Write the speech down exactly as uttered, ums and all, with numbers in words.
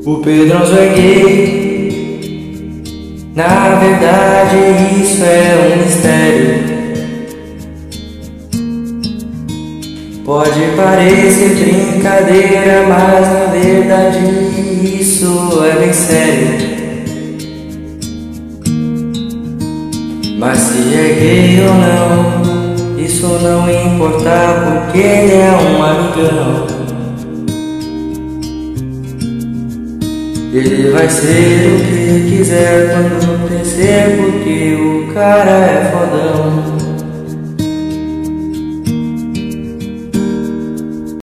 O Pedrãozinho é gay. Na verdade isso é um mistério. Pode parecer brincadeira, mas na verdade isso é bem sério. Mas se é gay ou não, isso não importa, porque ele é um amigão. Ele vai ser o que quiser quando crescer, porque o cara é fodão.